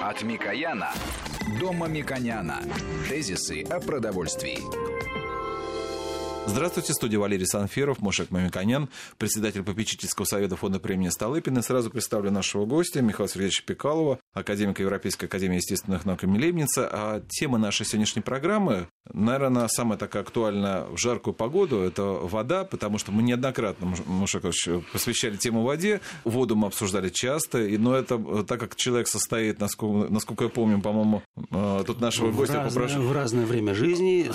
От Микояна до Мамиконяна. Тезисы о продовольствии. Здравствуйте, в студии Валерий Санфиров, Мушек Мамиконян, председатель попечительского совета фонда премии Столыпина. Сразу представлю нашего гостя Михаила Сергеевича Пикалова, академика Европейской академии естественных наук имени Лейбница. А тема нашей сегодняшней программы, наверное, самая такая актуальная в жаркую погоду – это вода, потому что мы неоднократно, Мушек Ильич, посвящали тему воде. Воду мы обсуждали часто, но это, так как человек состоит, насколько я помню, по-моему, тут нашего гостя попрошу. В разное время жизни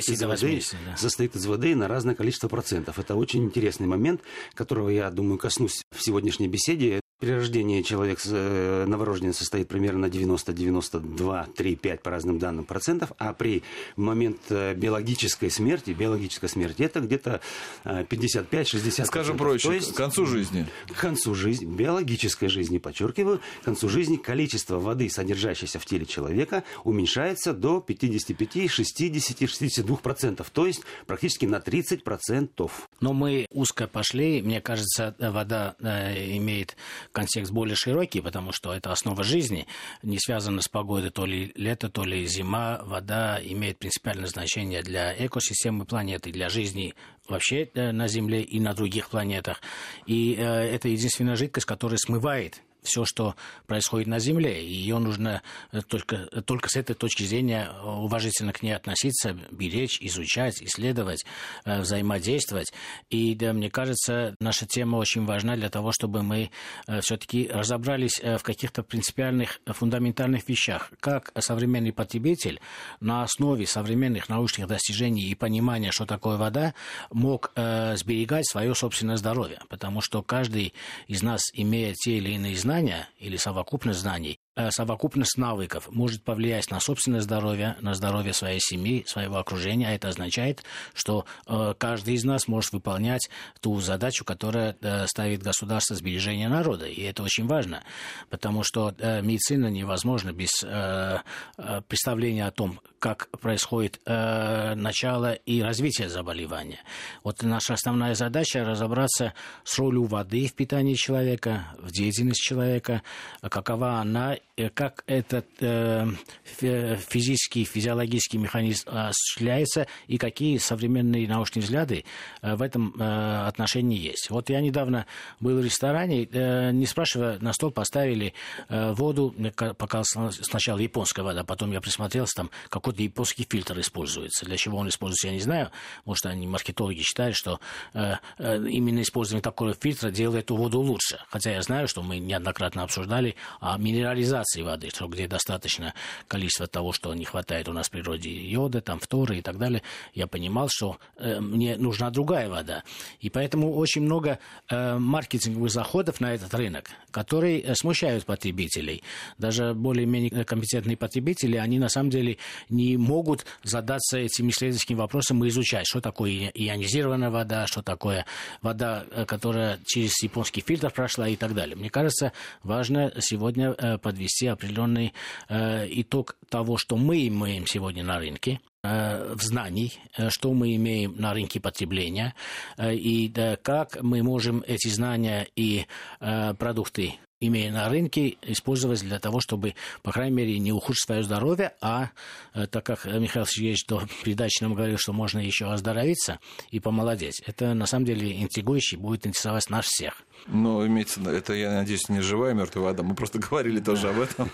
состоит из воды на разное количество процентов. Это очень интересный момент, которого я, думаю, коснусь в сегодняшней беседе. При рождении человек, новорожденный, состоит примерно на 90, 92, 3, 5 по разным данным процентов, а при момент биологической смерти это где-то 55-60%. Скажем проще, то есть, к концу жизни. К концу жизни, биологической жизни, подчеркиваю, к концу жизни количество воды, содержащейся в теле человека, уменьшается до 55, 60, 62%, то есть практически на 30%. Но мы узко пошли, мне кажется, вода имеет контекст более широкий, потому что это основа жизни, не связана с погодой, то ли лето, то ли зима. Вода имеет принципиальное значение для экосистемы планеты, для жизни вообще на Земле и на других планетах. И это единственная жидкость, которая смывает все, что происходит на Земле. И ее нужно только с этой точки зрения уважительно к ней относиться, беречь, изучать, исследовать, взаимодействовать. И да, мне кажется, наша тема очень важна для того, чтобы мы все-таки разобрались в каких-то принципиальных, фундаментальных вещах. Как современный потребитель на основе современных научных достижений и понимания, что такое вода, мог сберегать свое собственное здоровье. Потому что каждый из нас, имея те или иные знания, или совокупность знаний, совокупность навыков может повлиять на собственное здоровье, на здоровье своей семьи, своего окружения. А это означает, что каждый из нас может выполнять ту задачу, которая ставит государство сбережения народа. И это очень важно, потому что медицина невозможна без представления о том, как происходит начало и развитие заболевания. Вот наша основная задача — разобраться с ролью воды в питании человека, в деятельности человека, какова она, как этот физический, физиологический механизм осуществляется и какие современные научные взгляды в этом отношении есть. Вот я недавно был в ресторане, не спрашивая, на стол поставили воду, пока сначала японская вода, потом я присмотрелся, там какой-то японский фильтр используется. Для чего он используется, я не знаю. Может, они, маркетологи, считают, что именно использование такого фильтра делает эту воду лучше. Хотя я знаю, что мы неоднократно обсуждали о минерализации воды, что где достаточно количества того, что не хватает у нас в природе, йода, там, фтора и так далее. Я понимал, что мне нужна другая вода. И поэтому очень много маркетинговых заходов на этот рынок, которые смущают потребителей. Даже более-менее компетентные потребители, они на самом деле не могут задаться этим исследовательским вопросом и изучать, что такое ионизированная вода, что такое вода, которая через японский фильтр прошла и так далее. Мне кажется, важно сегодня подвести определенный итог того, что мы имеем сегодня на рынке, в знаний, что мы имеем на рынке потребления, и как мы можем эти знания и продукты, имея на рынке, использовать для того, чтобы, по крайней мере, не ухудшить свое здоровье, а так как Михаил Сергеевич до передачи нам говорил, что можно еще оздоровиться и помолодеть, это на самом деле интригующе, будет интересовать нас всех. Ну, имеется, это, я надеюсь, не живая мертвая вода, мы просто говорили тоже об этом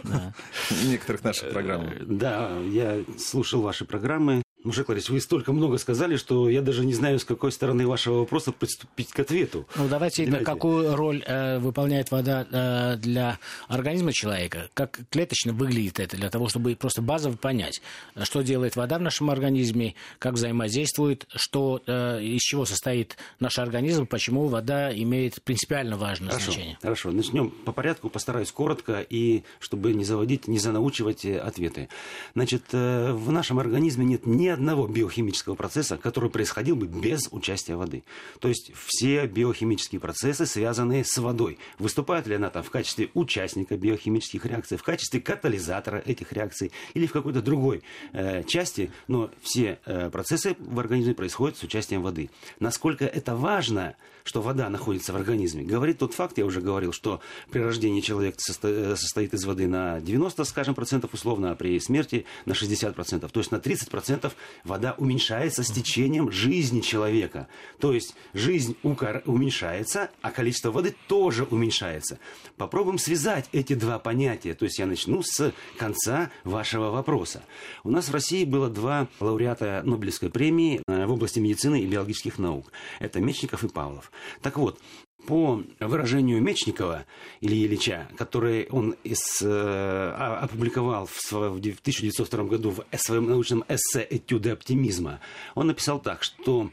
в некоторых наших программах. Да, я слушал ваши программы. Мушек Ларисович, вы столько много сказали, что я даже не знаю, с какой стороны вашего вопроса приступить к ответу. Ну, давайте, какую роль выполняет вода для организма человека, как клеточно выглядит это, для того, чтобы просто базово понять, что делает вода в нашем организме, как взаимодействует, что, из чего состоит наш организм, почему вода имеет принципиально важное значение. Хорошо, начнем по порядку, постараюсь коротко, и чтобы не занаучивать ответы. Значит, в нашем организме нет ни одного биохимического процесса, который происходил бы без участия воды. То есть все биохимические процессы, связанные с водой. Выступает ли она там в качестве участника биохимических реакций, в качестве катализатора этих реакций или в какой-то другой части, но все процессы в организме происходят с участием воды. Насколько это важно, что вода находится в организме, говорит тот факт, я уже говорил, что при рождении человек состоит из воды на 90, скажем, процентов условно, а при смерти на 60%. То есть на 30% вода уменьшается с течением жизни человека. То есть жизнь уменьшается, а количество воды тоже уменьшается. Попробуем связать эти два понятия. То есть я начну с конца вашего вопроса. У нас в России было 2 лауреата Нобелевской премии в области медицины и биологических наук. Это Мечников и Павлов. Так вот, по выражению Мечникова или Ильича, который он опубликовал в 1902 году в своем научном эссе «Этюды оптимизма», он написал так, что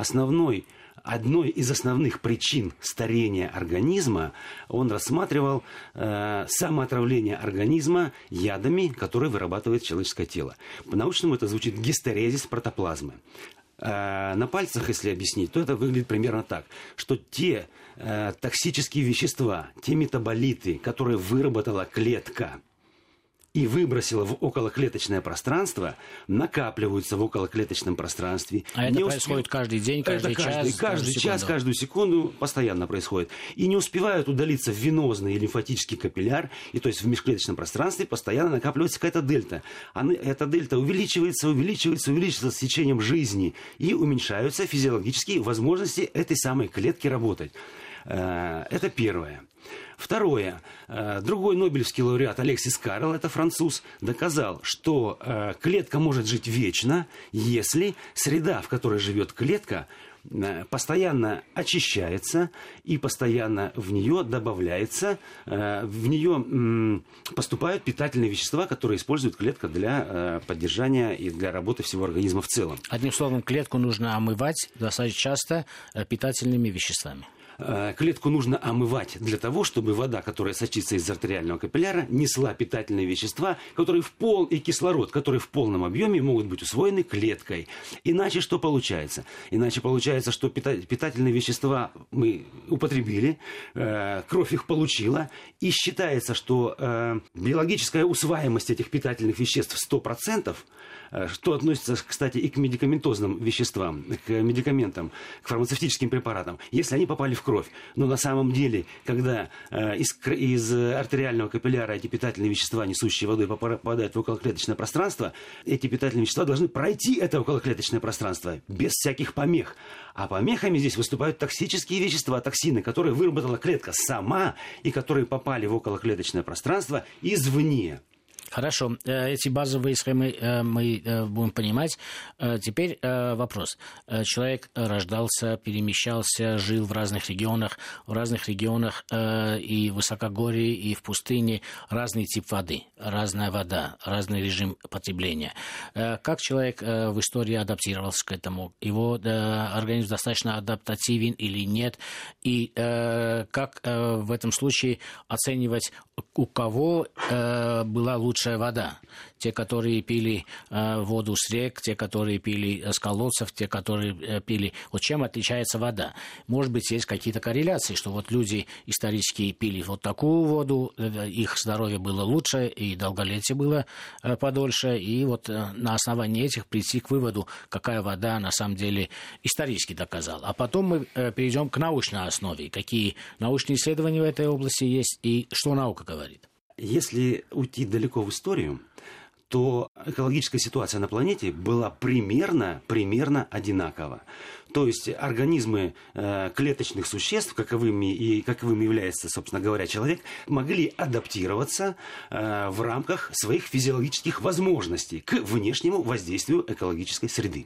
одной из основных причин старения организма он рассматривал самоотравление организма ядами, которые вырабатывает человеческое тело. По-научному это звучит гистерезис протоплазмы. На пальцах, если объяснить, то это выглядит примерно так, что те токсические вещества, те метаболиты, которые выработала клетка и выбросила в околоклеточное пространство, накапливаются в околоклеточном пространстве. А это происходит каждый день, каждый час, каждую секунду постоянно происходит. И не успевают удалиться в венозный и лимфатический капилляр, и то есть в межклеточном пространстве постоянно накапливается какая-то дельта. Эта дельта увеличивается с течением жизни, и уменьшаются физиологические возможности этой самой клетки работать. Это первое. Второе. Другой нобелевский лауреат Алексис Карл, это француз, доказал, что клетка может жить вечно, если среда, в которой живет клетка, постоянно очищается и постоянно в нее добавляется, в нее поступают питательные вещества, которые использует клетка для поддержания и для работы всего организма в целом. Одним словом, клетку нужно омывать достаточно часто питательными веществами. Клетку нужно омывать для того, чтобы вода, которая сочится из артериального капилляра, несла питательные вещества, и кислород, которые в полном объеме могут быть усвоены клеткой. Иначе что получается? Иначе получается, что питательные вещества мы употребили, кровь их получила, и считается, что биологическая усваиваемость этих питательных веществ 100%, что относится, кстати, и к медикаментозным веществам, к медикаментам, к фармацевтическим препаратам, если они попали в кровь. Но на самом деле, когда из артериального капилляра эти питательные вещества, несущие водой, попадают в околоклеточное пространство, эти питательные вещества должны пройти это околоклеточное пространство без всяких помех. А помехами здесь выступают токсические вещества, токсины, которые выработала клетка сама и которые попали в околоклеточное пространство извне. Хорошо, эти базовые схемы мы будем понимать. Теперь вопрос. Человек рождался, перемещался, жил в разных регионах. В разных регионах и в высокогорье, и в пустыне разный тип воды, разная вода, разный режим потребления. Как человек в истории адаптировался к этому? Его организм достаточно адаптативен или нет? И как в этом случае оценивать, у кого была лучшая вода? Те, которые пили воду с рек, те, которые пили с колодцев, те, которые пили... Вот чем отличается вода? Может быть, есть какие-то корреляции, что вот люди исторически пили вот такую воду, их здоровье было лучше, и долголетие было подольше, и вот на основании этих прийти к выводу, какая вода на самом деле исторически доказала. А потом мы перейдем к научной основе. Какие научные исследования в этой области есть, и что наука говорит? Если уйти далеко в историю, то экологическая ситуация на планете была примерно одинакова. То есть организмы клеточных существ, каковым является, собственно говоря, человек, могли адаптироваться в рамках своих физиологических возможностей к внешнему воздействию экологической среды.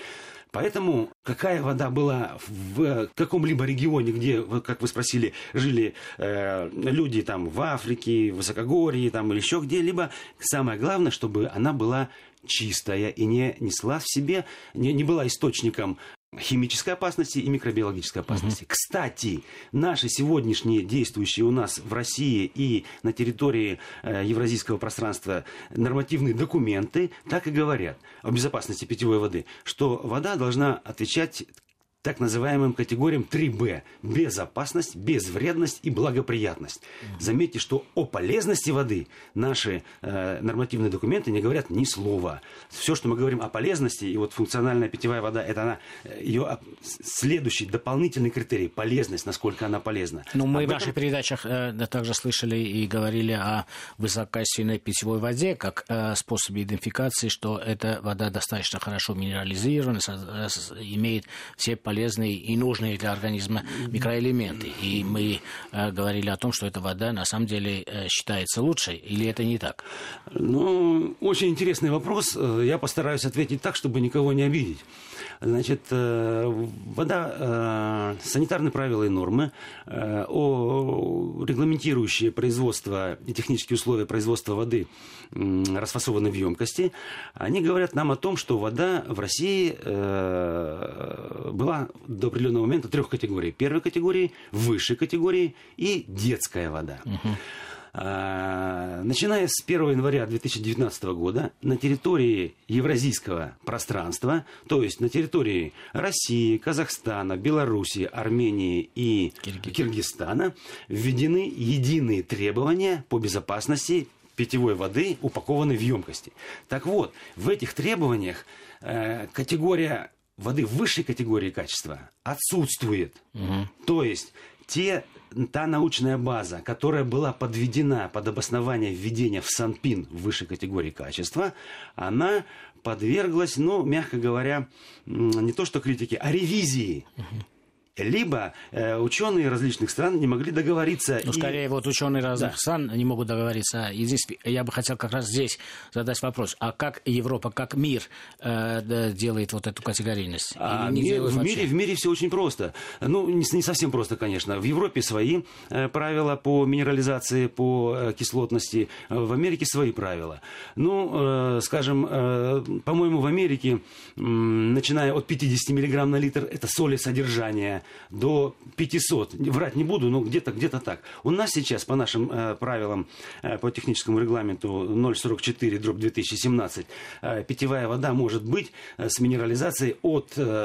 Поэтому какая вода была в каком-либо регионе, где, как вы спросили, жили люди там в Африке, в Высокогорье там, или еще где-либо, самое главное, чтобы она была чистая и не несла в себе, не была источником химической опасности и микробиологической опасности. Кстати, наши сегодняшние действующие у нас в России и на территории евразийского пространства нормативные документы так и говорят о безопасности питьевой воды, что вода должна отвечать так называемым категориям 3Б. Безопасность, безвредность и благоприятность. Заметьте, что о полезности воды наши нормативные документы не говорят ни слова. Все, что мы говорим о полезности, и вот функциональная питьевая вода, это она, ее следующий дополнительный критерий, полезность, насколько она полезна. Но мы в наших передачах также слышали и говорили о высококачественной питьевой воде, как способе идентификации, что эта вода достаточно хорошо минерализирована, имеет все полезные и нужные для организма микроэлементы. И мы говорили о том, что эта вода на самом деле считается лучшей, или это не так? Ну, очень интересный вопрос. Я постараюсь ответить так, чтобы никого не обидеть. Значит, вода, санитарные правила и нормы, регламентирующие производство и технические условия производства воды, расфасованной в емкости, они говорят нам о том, что вода в России была до определенного момента 3 категорий. Первой категории, высшей категории и детская вода. Начиная с 1 января 2019 года на территории евразийского пространства, то есть на территории России, Казахстана, Белоруссии, Армении и Киргизстана, введены единые требования по безопасности питьевой воды, упакованной в емкости. Так вот, в этих требованиях категория воды высшей категории качества отсутствует. То есть та научная база, которая была подведена под обоснование введения в Санпин высшей категории качества, она подверглась, мягко говоря, не то что критике, а ревизии. Либо ученые различных стран не могли договориться. Скорее, вот ученые разных стран не могут договориться. И здесь я бы хотел как раз здесь задать вопрос. А как Европа, как мир делает вот эту категорийность? В мире все очень просто. Не совсем просто, конечно. В Европе свои правила по минерализации, по кислотности. В Америке свои правила. Скажем, по-моему, в Америке, начиная от 50 мг на литр, это солесодержание, до 500. Врать не буду, но где-то так. У нас сейчас, по нашим правилам, по техническому регламенту 044/2017, питьевая вода может быть с минерализацией от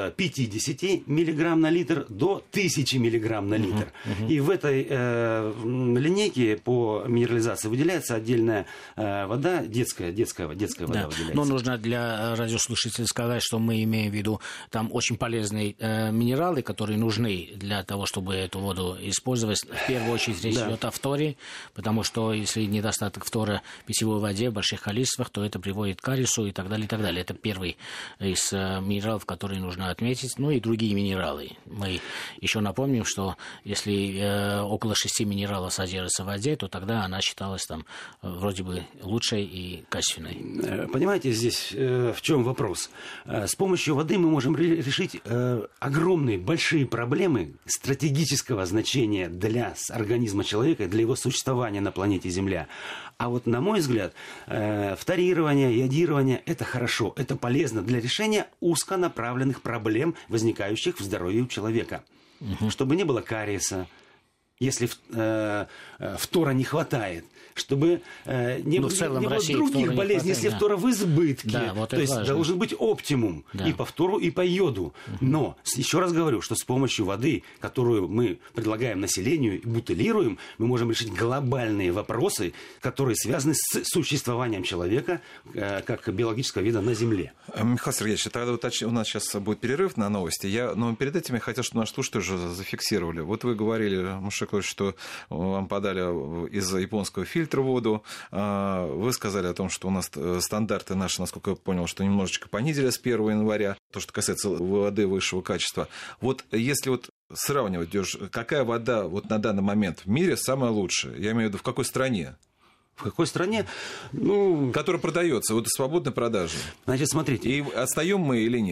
50 мг на литр до 1000 мг на литр. И в этой линейке по минерализации выделяется отдельная вода, детская вода выделяется. Но нужно для радиослушателей сказать, что мы имеем в виду там очень полезные минералы, которые нужны для того, чтобы эту воду использовать. В первую очередь речь идет о фторе, потому что если недостаток фтора в питьевой воде в больших количествах, то это приводит к кариесу и так далее, и так далее. Это первый из минералов, которые нужно отметить. И другие минералы. Мы еще напомним, что если около 6 минералов содержится в воде, то тогда она считалась там вроде бы лучшей и качественной. Понимаете, здесь в чем вопрос? С помощью воды мы можем решить огромные, большие проблемы стратегического значения для организма человека, для его существования на планете Земля. А вот, на мой взгляд, фторирование, йодирование – это хорошо, это полезно для решения узконаправленных проблем, возникающих в здоровье у человека. Чтобы не было кариеса, если фтора не хватает, чтобы не было других болезней, если фтора в избытке. То есть должен быть оптимум и по фтору, и по йоду. Но, еще раз говорю, что с помощью воды, которую мы предлагаем населению и бутылируем, мы можем решить глобальные вопросы, которые связаны с существованием человека как биологического вида на Земле. Михаил Сергеевич, тогда у нас сейчас будет перерыв на новости. Но перед этим я хотел, чтобы наши слушатели уже зафиксировали. Вот вы говорили, Мушекович, что вам подали из японского фильтра воду. Вы сказали о том, что у нас стандарты наши, насколько я понял, что немножечко понизили с 1 января, то, что касается воды высшего качества. Вот если сравнивать, какая вода на данный момент в мире самая лучшая? Я имею в виду, в какой стране? В какой стране? Которая продается, в свободной продаже. Значит, смотрите. И отстаем мы или нет?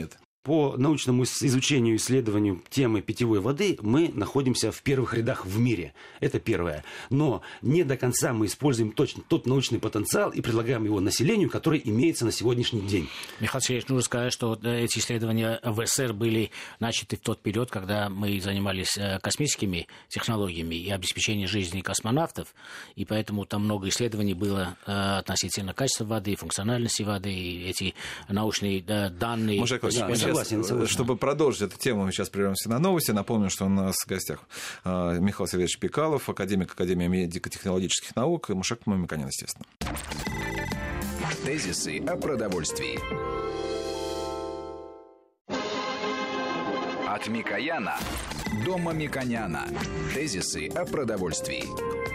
по научному изучению и исследованию темы питьевой воды мы находимся в первых рядах в мире. Это первое. Но не до конца мы используем точно тот научный потенциал и предлагаем его населению, который имеется на сегодняшний день. Михаил Сергеевич, нужно сказать, что эти исследования в СССР были начаты в тот период, когда мы занимались космическими технологиями и обеспечением жизни космонавтов, и поэтому там много исследований было относительно качества воды, функциональности воды, и эти научные данные... Согласен. Чтобы продолжить эту тему, мы сейчас прервемся на новости. Напомню, что у нас в гостях Михаил Сергеевич Пикалов, академик Академии медико-технологических наук, и Мушек Мамиканян, естественно. Тезисы о продовольствии. От Микояна до Мамиконяна. Тезисы о продовольствии.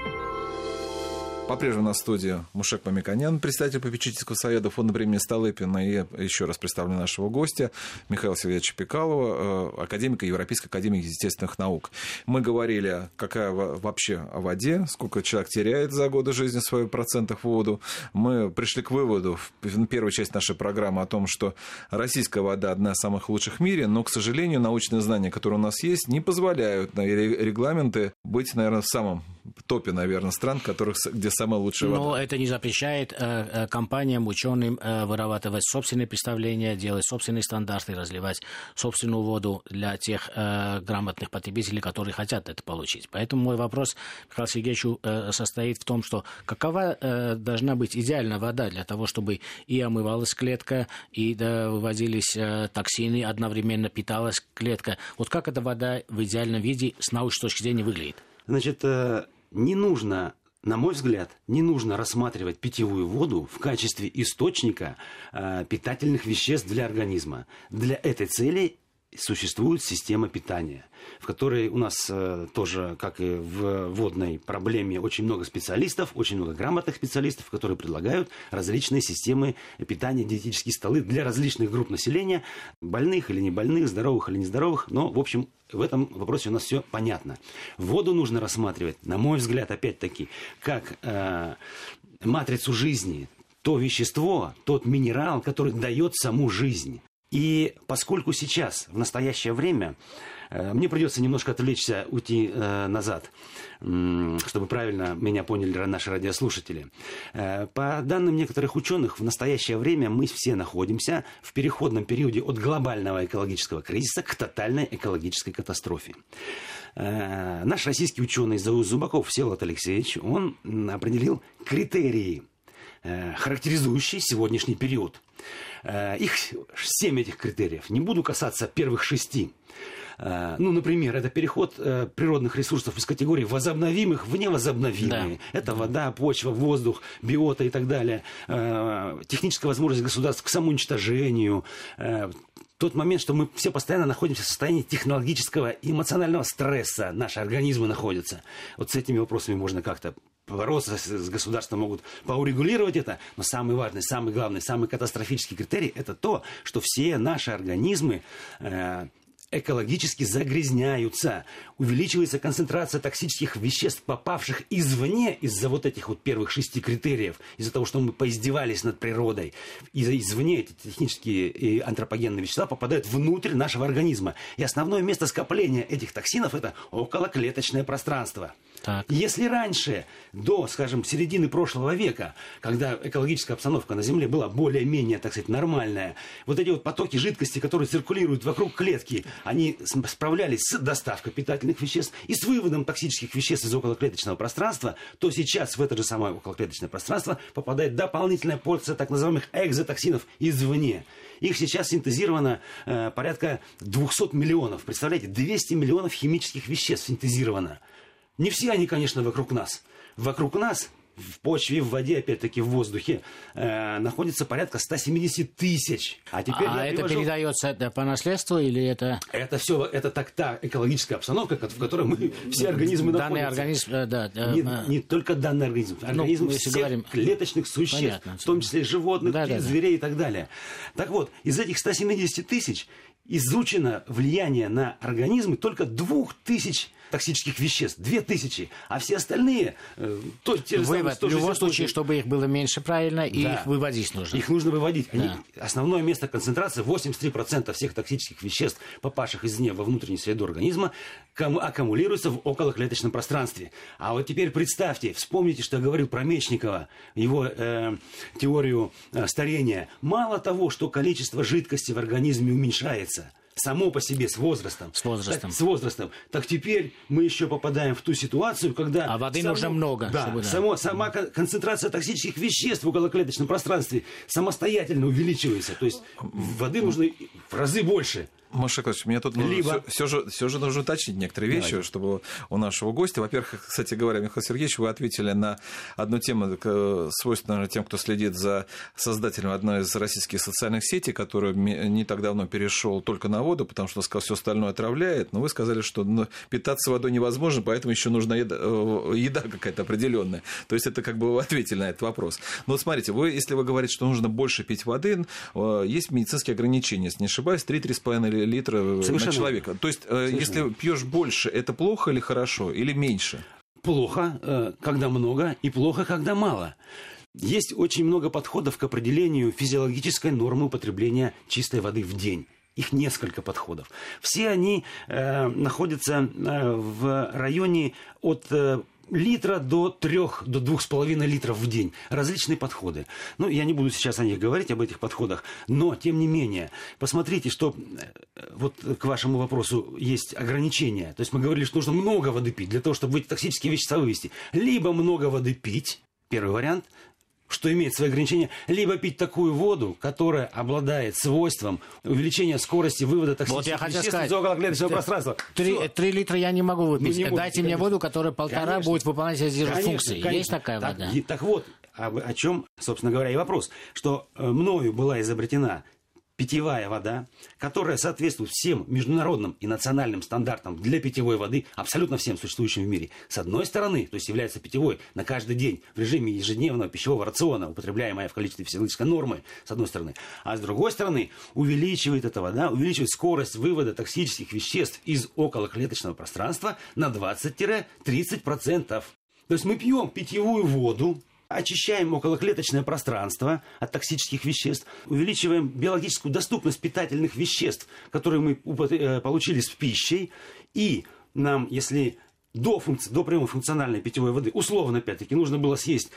По-прежнему на студии Мушек Мамиканян, председатель попечительского совета фонда премии Столыпина, и еще раз представлю нашего гостя Михаила Сергеевича Пикалова, академика Европейской академии естественных наук. Мы говорили, какая вообще о воде, сколько человек теряет за годы жизни свою процентов воду. Мы пришли к выводу в первой части нашей программы о том, что российская вода одна из самых лучших в мире, но, к сожалению, научные знания, которые у нас есть, не позволяют регламенты быть, наверное, в самом топе, наверное, стран, где самая лучшая вода. Но это не запрещает компаниям, ученым вырабатывать собственные представления, делать собственные стандарты, разливать собственную воду для тех грамотных потребителей, которые хотят это получить. Поэтому мой вопрос Михаилу Сергеевичу состоит в том, что какова должна быть идеальная вода для того, чтобы и омывалась клетка, и выводились токсины, одновременно питалась клетка. Вот как эта вода в идеальном виде с научной точки зрения выглядит? Значит, не нужно, на мой взгляд, не нужно рассматривать питьевую воду в качестве источника питательных веществ для организма. Для этой цели существует система питания, в которой у нас тоже, как и в водной проблеме, очень много специалистов, очень много грамотных специалистов, которые предлагают различные системы питания, диетические столы для различных групп населения, больных или не больных, здоровых или нездоровых, но, в общем, в этом вопросе у нас все понятно. Воду нужно рассматривать, на мой взгляд, опять-таки, как матрицу жизни, то вещество, тот минерал, который дает саму жизнь. И поскольку сейчас, в настоящее время, мне придется немножко отвлечься, уйти назад, чтобы правильно меня поняли наши радиослушатели. По данным некоторых ученых, в настоящее время мы все находимся в переходном периоде от глобального экологического кризиса к тотальной экологической катастрофе. Наш российский ученый Зубаков Всеволод Алексеевич, он определил критерии, характеризующие сегодняшний период. Их 7 этих критериев. Не буду касаться первых 6. Ну, например, это переход природных ресурсов из категории возобновимых в невозобновимые. Да. Это вода, почва, воздух, биота и так далее. Техническая возможность государств к самоуничтожению. Тот момент, что мы все постоянно находимся в состоянии технологического и эмоционального стресса. Наши организмы находятся. Вот с этими вопросами можно как-то бороться, с государством могут поурегулировать это. Но самый важный, самый главный, самый катастрофический критерий – это то, что все наши организмы экологически загрязняются. Увеличивается концентрация токсических веществ, попавших извне из-за вот этих вот первых 6 критериев, из-за того, что мы поиздевались над природой. Извне эти технические и антропогенные вещества попадают внутрь нашего организма. И основное место скопления этих токсинов – это околоклеточное пространство. Так. Если раньше, до, скажем, середины прошлого века, когда экологическая обстановка на Земле была более-менее, так сказать, нормальная, вот эти вот потоки жидкости, которые циркулируют вокруг клетки, они справлялись с доставкой питательных веществ и с выводом токсических веществ из околоклеточного пространства, то сейчас в это же самое околоклеточное пространство попадает дополнительная порция так называемых экзотоксинов извне. Их сейчас синтезировано порядка 200 миллионов. Представляете, 200 миллионов химических веществ синтезировано. Не все они, конечно, вокруг нас. Вокруг нас, в почве, в воде, опять-таки в воздухе, находится порядка 170 тысяч. А теперь это передается по наследству или это... Это все, это та экологическая обстановка, в которой мы все организмы данный находимся. Организм, не только данный организм. Организм всех говорим... клеточных существ, понятно, в том числе животных, зверей и так далее. Так вот, из этих 170 тысяч изучено влияние на организмы только 2000 токсических веществ, 2000, а все остальные... Вывод, в любом случае, чтобы их было меньше, правильно, и их выводить нужно. Их нужно выводить. Основное место концентрации, 83% всех токсических веществ, попавших извне во внутреннюю среду организма, аккумулируются в околоклеточном пространстве. А вот теперь представьте, вспомните, что я говорил про Мечникова, его теорию старения. Мало того, что количество жидкости в организме уменьшается, само по себе с возрастом. Так теперь мы еще попадаем в ту ситуацию, когда... А воды нужно много. Да, сама концентрация токсических веществ в околоклеточном пространстве самостоятельно увеличивается. То есть воды нужно в разы больше. Маша Клавович, мне тут все же нужно уточнить некоторые вещи, чтобы у нашего гостя. Во-первых, кстати говоря, Михаил Сергеевич, вы ответили на одну тему, свойственную тем, кто следит за создателем одной из российских социальных сетей, который не так давно перешел только на воду, потому что сказал, все остальное отравляет. Но вы сказали, что питаться водой невозможно, поэтому еще нужна еда какая-то определенная. То есть это как бы вы ответили на этот вопрос. Но вот смотрите, если вы говорите, что нужно больше пить воды, есть медицинские ограничения, если не ошибаюсь, 3-3,5 литра на человека. То есть, если пьешь больше, это плохо или хорошо, или меньше? Плохо, когда много, и плохо, когда мало. Есть очень много подходов к определению физиологической нормы употребления чистой воды в день. Их несколько подходов. Все они находятся в районе от литра до 2,5 литров в день. Различные подходы. Ну, я не буду сейчас о них говорить, об этих подходах, но, тем не менее, посмотрите, что вот к вашему вопросу есть ограничения. То есть мы говорили, что нужно много воды пить для того, чтобы эти токсические вещества вывести. Либо много воды пить, первый вариант, что имеет свои ограничения, либо пить такую воду, которая обладает свойством увеличения скорости вывода токсических веществ из околоклеточного пространства. 3 литра я не могу выпить. Дайте мне воду, которая 1,5 будет выполнять эти же функции. Есть такая вода? Так вот, о чем, собственно говоря, и вопрос. Что мною была изобретена питьевая вода, которая соответствует всем международным и национальным стандартам для питьевой воды, абсолютно всем существующим в мире. С одной стороны, то есть является питьевой на каждый день в режиме ежедневного пищевого рациона, употребляемая в количестве физиологической нормы, с одной стороны. А с другой стороны, увеличивает эта вода, увеличивает скорость вывода токсических веществ из околоклеточного пространства на 20-30%. То есть мы пьем питьевую воду, очищаем околоклеточное пространство от токсических веществ, увеличиваем биологическую доступность питательных веществ, которые мы получили с пищей, и нам, если до приема функциональной питьевой воды, условно, опять-таки, нужно было съесть,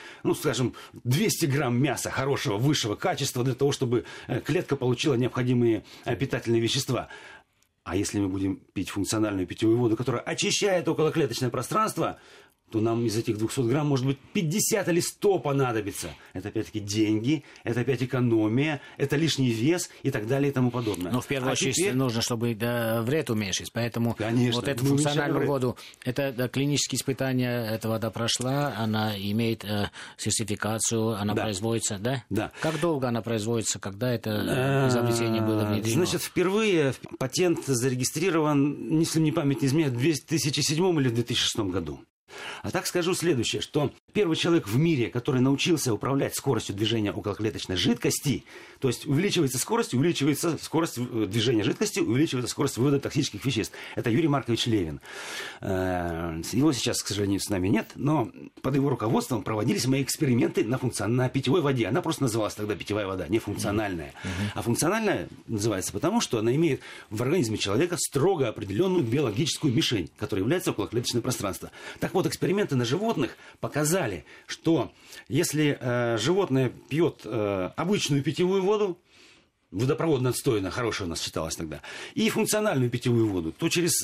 200 грамм мяса хорошего, высшего качества для того, чтобы клетка получила необходимые питательные вещества. А если мы будем пить функциональную питьевую воду, которая очищает околоклеточное пространство, то нам из этих 200 грамм, может быть, 50 или 100 понадобится. Это, опять-таки, деньги, это, опять, экономия, это лишний вес и так далее и тому подобное. Но в первую очередь нужно, чтобы вред уменьшить. Поэтому вот эту функциональную воду, это клинические испытания, эта вода прошла, она имеет сертификацию, она производится, да? Да. Как долго она производится, когда это изобретение было внедрено? Значит, впервые патент зарегистрирован, если мне память не изменяет, в 2007 или 2006 году. А так скажу следующее, что первый человек в мире, который научился управлять скоростью движения околоклеточной жидкости, то есть увеличивается скорость движения жидкости, увеличивается скорость вывода токсических веществ. Это Юрий Маркович Левин. Его сейчас, к сожалению, с нами нет, но под его руководством проводились мои эксперименты на питьевой воде. Она просто называлась тогда питьевая вода, не функциональная. А функциональная называется потому, что она имеет в организме человека строго определенную биологическую мишень, которая является околоклеточное пространство. Так вот, эксперименты на животных показали, что если животное пьет обычную питьевую воду, водопроводно отстойная, хорошая у нас считалась тогда, и функциональную питьевую воду, то через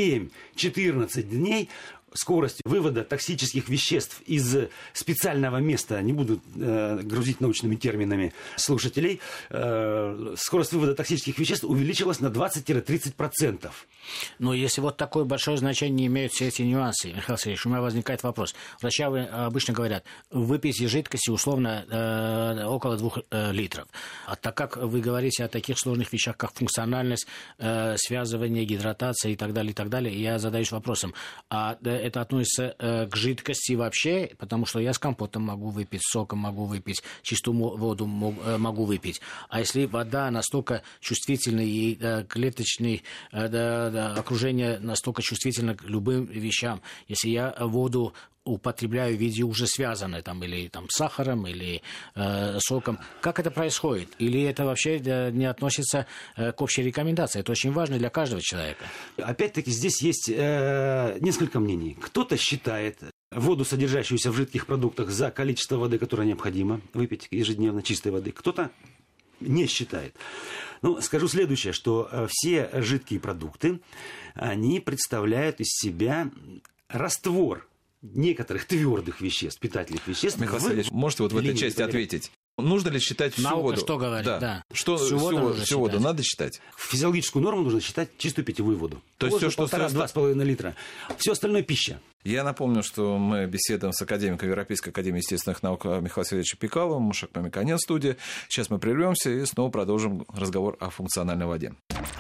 7-14 дней скорость вывода токсических веществ из специального места, не буду грузить научными терминами слушателей, скорость вывода токсических веществ увеличилась на 20-30%. Но если вот такое большое значение имеют все эти нюансы, Михаил Сергеевич, у меня возникает вопрос. Врачи обычно говорят, выпейте жидкости условно около 2 литров. А так как вы говорите о таких сложных вещах, как функциональность, связывание, гидратация и так далее, я задаюсь вопросом, а это относится к жидкости вообще, потому что я с компотом могу выпить, с соком могу выпить, чистую воду могу выпить. А если вода настолько чувствительна и клеточное окружение настолько чувствительно к любым вещам, если я воду употребляю в виде уже связанной, там, или там, сахаром, или соком. Как это происходит? Или это вообще не относится к общей рекомендации? Это очень важно для каждого человека. Опять-таки здесь есть несколько мнений. Кто-то считает воду, содержащуюся в жидких продуктах, за количество воды, которое необходимо выпить ежедневно, чистой воды. Кто-то не считает. Ну, скажу следующее, что все жидкие продукты, они представляют из себя раствор некоторых твердых веществ, питательных веществ. Михаил Сергеевич, можете вот в этой части ответить? Нужно ли считать всю Наука воду? Что говорит, да. Что, всю воду надо считать? Физиологическую норму нужно считать чистую питьевую воду. То есть все, что 1,5-2,5 литра. Все остальное пища. Я напомню, что мы беседуем с академиком Европейской академии естественных наук Михаилом Сергеевичем Пикаловым, Мушек Мамиканян в студии. Сейчас мы прервемся и снова продолжим разговор о функциональной воде.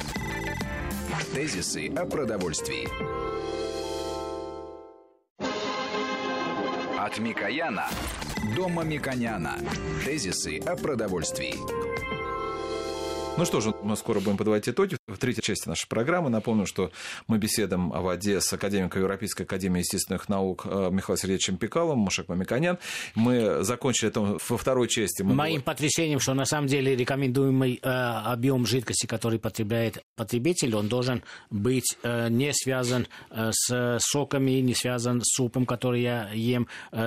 Тезисы о продовольствии. От Микояна до Мамиконяна. Тезисы о продовольствии. Ну что же, мы скоро будем подводить итоги. В третьей части нашей программы напомню, что мы беседуем о воде с академиком Европейской академии естественных наук Михаилом Сергеевичем Пикаловым, Мушек Мамиканян. Мы закончили это во второй части. Моим потрясением, что на самом деле рекомендуемый объем жидкости, который потребляет потребитель, он должен быть не связан с соками, не связан с супом, который я ем.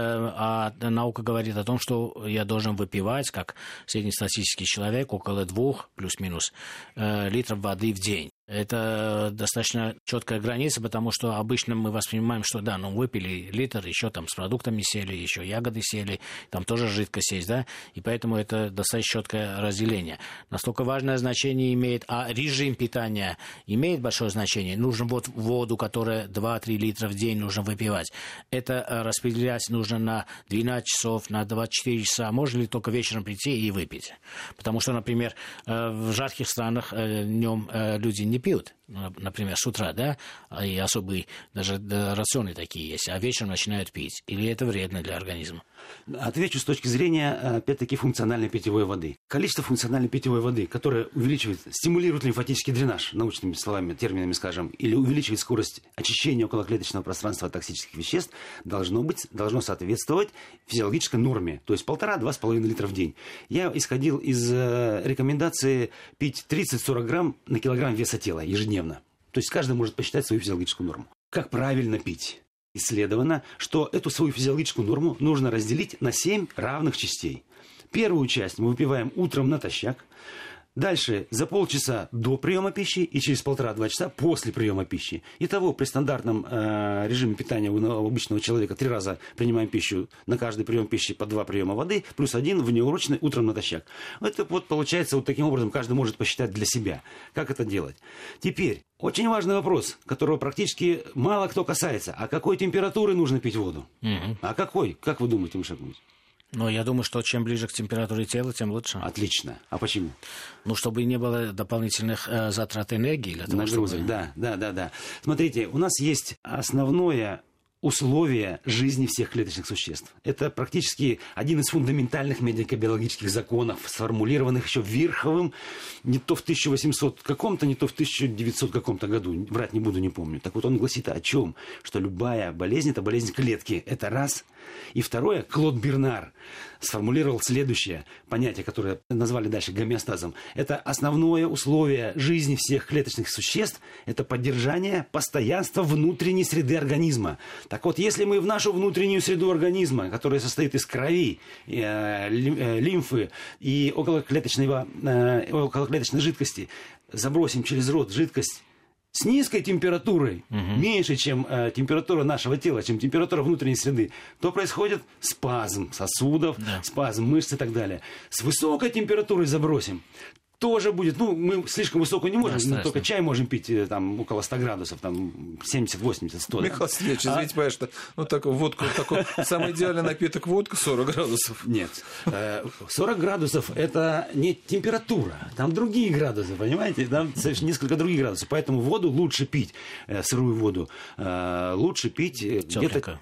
А наука говорит о том, что я должен выпивать, как среднестатистический человек, около 2 плюс-минус литров воды в день. Это достаточно четкая граница, потому что обычно мы воспринимаем, что да, ну выпили литр, еще там с продуктами сели, еще ягоды сели, там тоже жидкость есть, да, и поэтому это достаточно четкое разделение. Настолько важное значение имеет, а режим питания имеет большое значение. Нужно вот воду, которая 2-3 литра в день нужно выпивать. Это распределять нужно на 12 часов, на 24 часа. Можно ли только вечером прийти и выпить? Потому что, например, в жарких странах днем люди не пьют, например, с утра, да, и особые даже рационы такие есть, а вечером начинают пить. Или это вредно для организма? Отвечу с точки зрения, опять-таки, функциональной питьевой воды. Количество функциональной питьевой воды, которое увеличивает, стимулирует лимфатический дренаж, научными словами, терминами скажем, или увеличивает скорость очищения околоклеточного пространства от токсических веществ, должно соответствовать физиологической норме, то есть 1,5-2,5 литра в день. Я исходил из рекомендации пить 30-40 грамм на килограмм веса тела ежедневно. То есть каждый может посчитать свою физиологическую норму. Как правильно пить? Исследовано, что эту свою физиологическую норму нужно разделить на 7 равных частей. Первую часть мы выпиваем утром натощак. Дальше за полчаса до приема пищи и через 1,5-2 часа после приема пищи. Итого при стандартном режиме питания у обычного человека 3 раза принимаем пищу, на каждый прием пищи по 2 приема воды, плюс 1 внеурочный утром натощак. Это вот получается вот таким образом каждый может посчитать для себя, как это делать. Теперь очень важный вопрос, которого практически мало кто касается. А какой температуры нужно пить воду? А какой? Как вы думаете, Миша? Ну, я думаю, что чем ближе к температуре тела, тем лучше. Отлично. А почему? Ну, чтобы не было дополнительных затрат энергии. Для того, нагрузок, чтобы... да. Смотрите, у нас есть основное условия жизни всех клеточных существ. Это практически один из фундаментальных медико-биологических законов, сформулированных еще Вирховым не то в 1800 каком-то, не то в 1900 каком-то году. Врать не буду, не помню. Так вот он гласит о чем? Что любая болезнь – это болезнь клетки. Это раз. И второе, Клод Бернар сформулировал следующее понятие, которое назвали дальше гомеостазом. Это основное условие жизни всех клеточных существ – это поддержание постоянства внутренней среды организма. Так вот, если мы в нашу внутреннюю среду организма, которая состоит из крови, лимфы и околоклеточной жидкости, забросим через рот жидкость с низкой температурой, меньше, чем температура нашего тела, чем температура внутренней среды, то происходит спазм сосудов, спазм мышц и так далее. С высокой температурой забросим, тоже будет. Ну, мы слишком высокую не можем, мы только чай можем пить там около 100 градусов, там 70, 80, 100. Михаил Сергеевич, извините, пожалуйста, ну, такой водку, такой самый идеальный напиток водка 40 градусов. Нет. 40 градусов – это не температура, там другие градусы, понимаете? Там несколько других градусов. Поэтому воду лучше пить, сырую воду, лучше пить где-то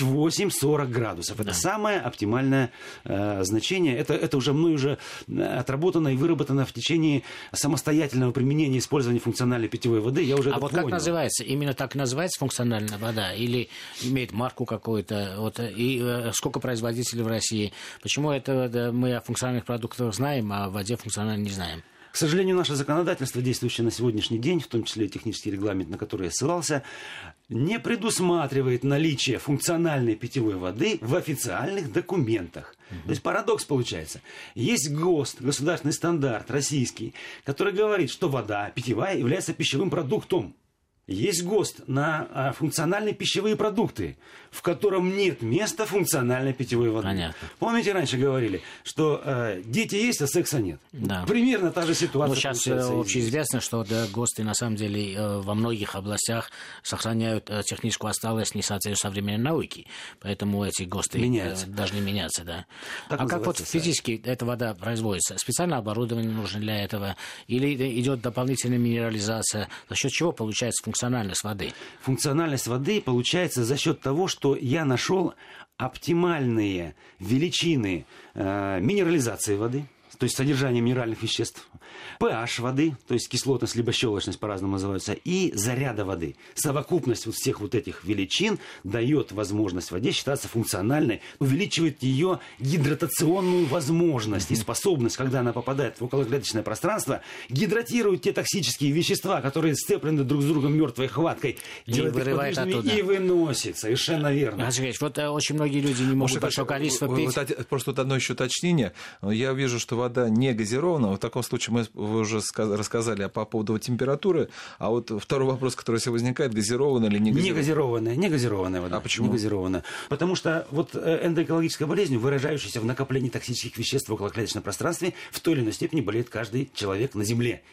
38-40 градусов. Это самое оптимальное значение. Это уже мной уже отработано и выработано в течение самостоятельного применения и использования функциональной питьевой воды. Я уже это понял. Как называется? Именно так называется функциональная вода? Или имеет марку какую-то? Вот, и сколько производителей в России? Почему это мы о функциональных продуктах знаем, а о воде функционально не знаем? К сожалению, наше законодательство, действующее на сегодняшний день, в том числе и технический регламент, на который я ссылался, не предусматривает наличие функциональной питьевой воды в официальных документах. То есть парадокс получается. Есть ГОСТ, государственный стандарт российский, который говорит, что вода питьевая является пищевым продуктом. Есть ГОСТ на функциональные пищевые продукты, в котором нет места функциональной питьевой воды. Понятно. Помните, раньше говорили, что дети есть, а секса нет? Да. Примерно та же ситуация. Но сейчас общеизвестно, что ГОСТы на самом деле во многих областях сохраняют техническую отсталость не соответствует современной науке. Поэтому эти ГОСТы должны меняться. Да. А как вот физически эта вода производится? Специальное оборудование нужно для этого? Или идет дополнительная минерализация? За счет чего получается функциональность воды? Функциональность воды получается за счет того, что я нашел оптимальные величины минерализации воды, то есть содержание минеральных веществ, pH воды, то есть кислотность либо щелочность по-разному называются, и заряда воды. Совокупность вот всех вот этих величин дает возможность воде считаться функциональной, увеличивает ее гидратационную возможность и способность, когда она попадает в околоклеточное пространство, гидратирует те токсические вещества, которые сцеплены друг с другом мертвой хваткой, и вырывает оттуда. И выносит. Совершенно верно. Вот очень многие люди не могут большое количество пить. Просто вот одно еще уточнение. Я вижу, что вода не газированная. В таком случае вы уже рассказали по поводу температуры. А вот второй вопрос, который себе возникает, газированная или не газированная? Не газированная вода. А почему? Не газированная. Потому что вот эндоэкологическая болезнь, выражающаяся в накоплении токсических веществ в околоклеточном пространстве, в той или иной степени болеет каждый человек на Земле.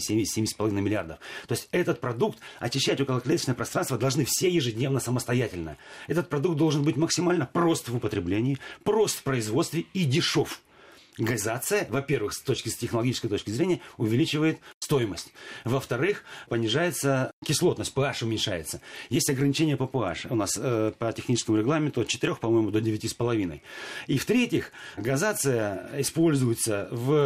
7,5 миллиардов. То есть этот продукт очищать околоклеточное пространство должны все ежедневно самостоятельно. Этот продукт должен быть максимально прост в употреблении, прост в производстве и дешев. Газация, во-первых, с технологической точки зрения, увеличивает стоимость. Во-вторых, понижается кислотность, pH уменьшается. Есть ограничения по pH. У нас по техническому регламенту от 4, по-моему, до 9,5. И в-третьих, газация используется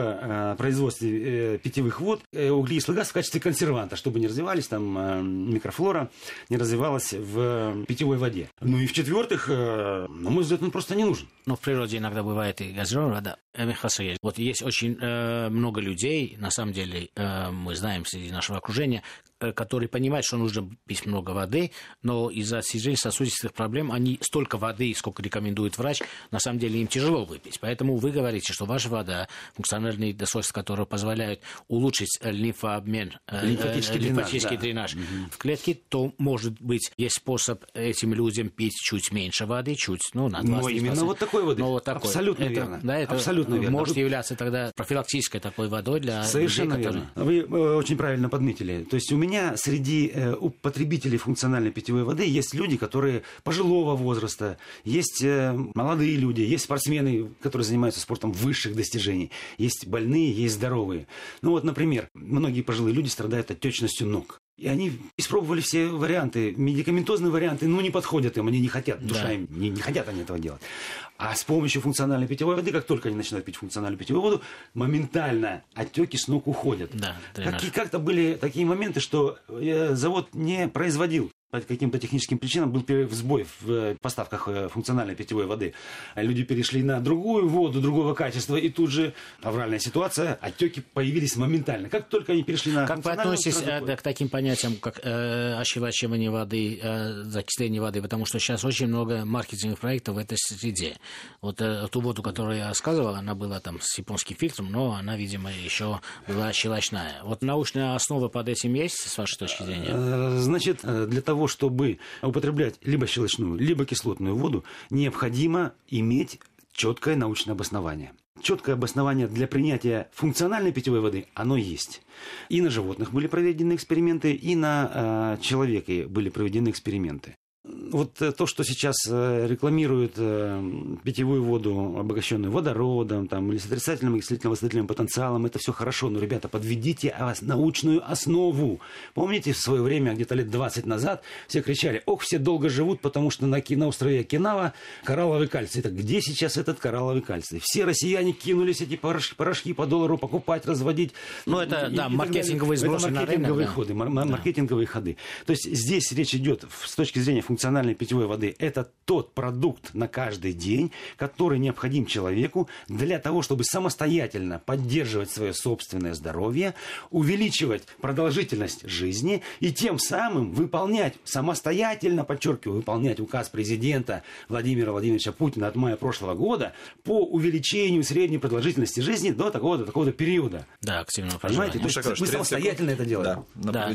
в производстве питьевых вод, углекислый газ в качестве консерванта, чтобы не развивались там микрофлора, не развивалась в питьевой воде. Ну и в-четвертых, на мой взгляд, он просто не нужен. Но в природе иногда бывает и газированная вода. Михаил Сергеевич, вот есть очень много людей, на самом деле, мы знаем среди нашего окружения, которые понимают, что нужно пить много воды, но из-за сердечно-сосудистых проблем они столько воды, сколько рекомендует врач, на самом деле им тяжело выпить. Поэтому вы говорите, что ваша вода, функциональные свойства которой позволяют улучшить лимфообмен, лимфатический дренаж в клетке, то, может быть, есть способ этим людям пить чуть меньше воды, на 20%. Но именно вот такой воды. Абсолютно верно. Да, это абсолютно верно. Может являться тогда профилактической такой водой для совершенно людей, верно. Вы очень правильно подметили. То есть у меня среди потребителей функциональной питьевой воды есть люди, которые пожилого возраста, есть молодые люди, есть спортсмены, которые занимаются спортом высших достижений, есть больные, есть здоровые. Ну вот, например, многие пожилые люди страдают отечностью ног. И они испробовали все варианты, медикаментозные варианты, не подходят им, они не хотят, душа им, не хотят они этого делать. А с помощью функциональной питьевой воды, как только они начинают пить функциональную питьевую воду, моментально отеки с ног уходят. Да, как-то были такие моменты, что завод не производил. По каким-то техническим причинам был сбой в поставках функциональной питьевой воды. Люди перешли на другую воду, другого качества, и тут же авральная ситуация, отеки появились моментально. Как только они перешли на функциональную... Как вы относитесь к таким понятиям, как ощелачивание воды, закисление воды? Потому что сейчас очень много маркетинговых проектов в этой среде. Вот ту воду, которую я рассказывал, она была там с японским фильтром, но она, видимо, еще была щелочная. Вот научная основа под этим есть, с вашей точки зрения? Значит, для того, чтобы употреблять либо щелочную, либо кислотную воду, необходимо иметь четкое научное обоснование. Четкое обоснование для принятия функциональной питьевой воды, оно есть. И на животных были проведены эксперименты, и на человеке были проведены эксперименты. Вот то, что сейчас рекламируют питьевую воду, обогащенную водородом там, или с отрицательным окислительно-восстановительным потенциалом, это все хорошо. Но, ребята, подведите научную основу. Помните, в свое время, где-то лет 20 назад, все кричали: ох, все долго живут, потому что на острове Окинава коралловый кальций. Так где сейчас этот коралловый кальций? Все россияне кинулись эти порошки по $1 покупать, разводить. Ну, это, да, маркетинговые сбросы на рынок. Маркетинговые ходы. То есть здесь речь идет с точки зрения функциональной питьевой воды. Это тот продукт на каждый день, который необходим человеку для того, чтобы самостоятельно поддерживать свое собственное здоровье, увеличивать продолжительность жизни и тем самым выполнять, самостоятельно, подчеркиваю, выполнять указ президента Владимира Владимировича Путина от мая прошлого года по увеличению средней продолжительности жизни до такого-то периода. Да, активного проживания. Понимаете? То есть мы самостоятельно это делаем.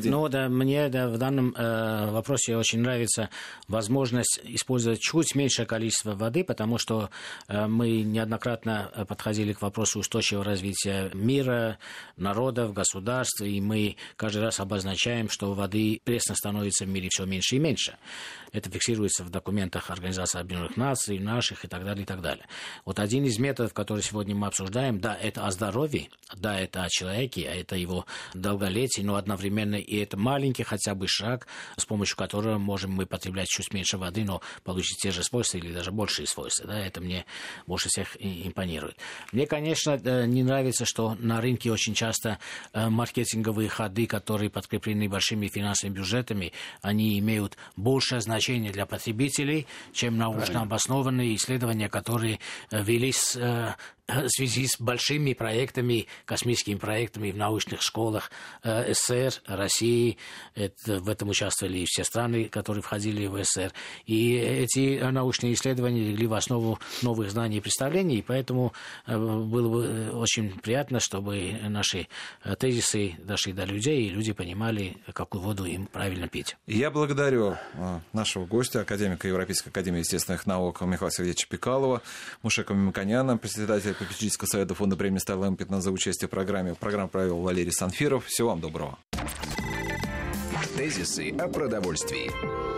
Мне в данном вопросе очень нравится возможность использовать чуть меньшее количество воды, потому что мы неоднократно подходили к вопросу устойчивого развития мира, народов, государств, и мы каждый раз обозначаем, что воды прессно становится в мире все меньше и меньше. Это фиксируется в документах Организации Объединенных Наций, наших и так далее, и так далее. Вот один из методов, который сегодня мы обсуждаем, да, это о здоровье, да, это о человеке, это его долголетие, но одновременно и это маленький хотя бы шаг, с помощью которого можем мы потреблять чуть меньше воды, но получить те же свойства или даже большие свойства. Да, это мне больше всех импонирует. Мне, конечно, не нравится, что на рынке очень часто маркетинговые ходы, которые подкреплены большими финансовыми бюджетами, они имеют большее значение для потребителей, чем научно обоснованные исследования, которые велись в связи с большими проектами, космическими проектами в научных школах СССР, России. В этом участвовали и все страны, которые входили в СССР. И эти научные исследования легли в основу новых знаний и представлений, и поэтому было бы очень приятно, чтобы наши тезисы дошли до людей, и люди понимали, какую воду им правильно пить. Я благодарю нашего гостя, академика Европейской академии естественных наук Михаила Сергеевича Пикалова, Мушека Мамиканяна, председателя Попечительского совета фонда премии Столыпина за участие в программе. Программу провел Валерий Санфиров. Всего вам доброго. Тезисы о продовольствии.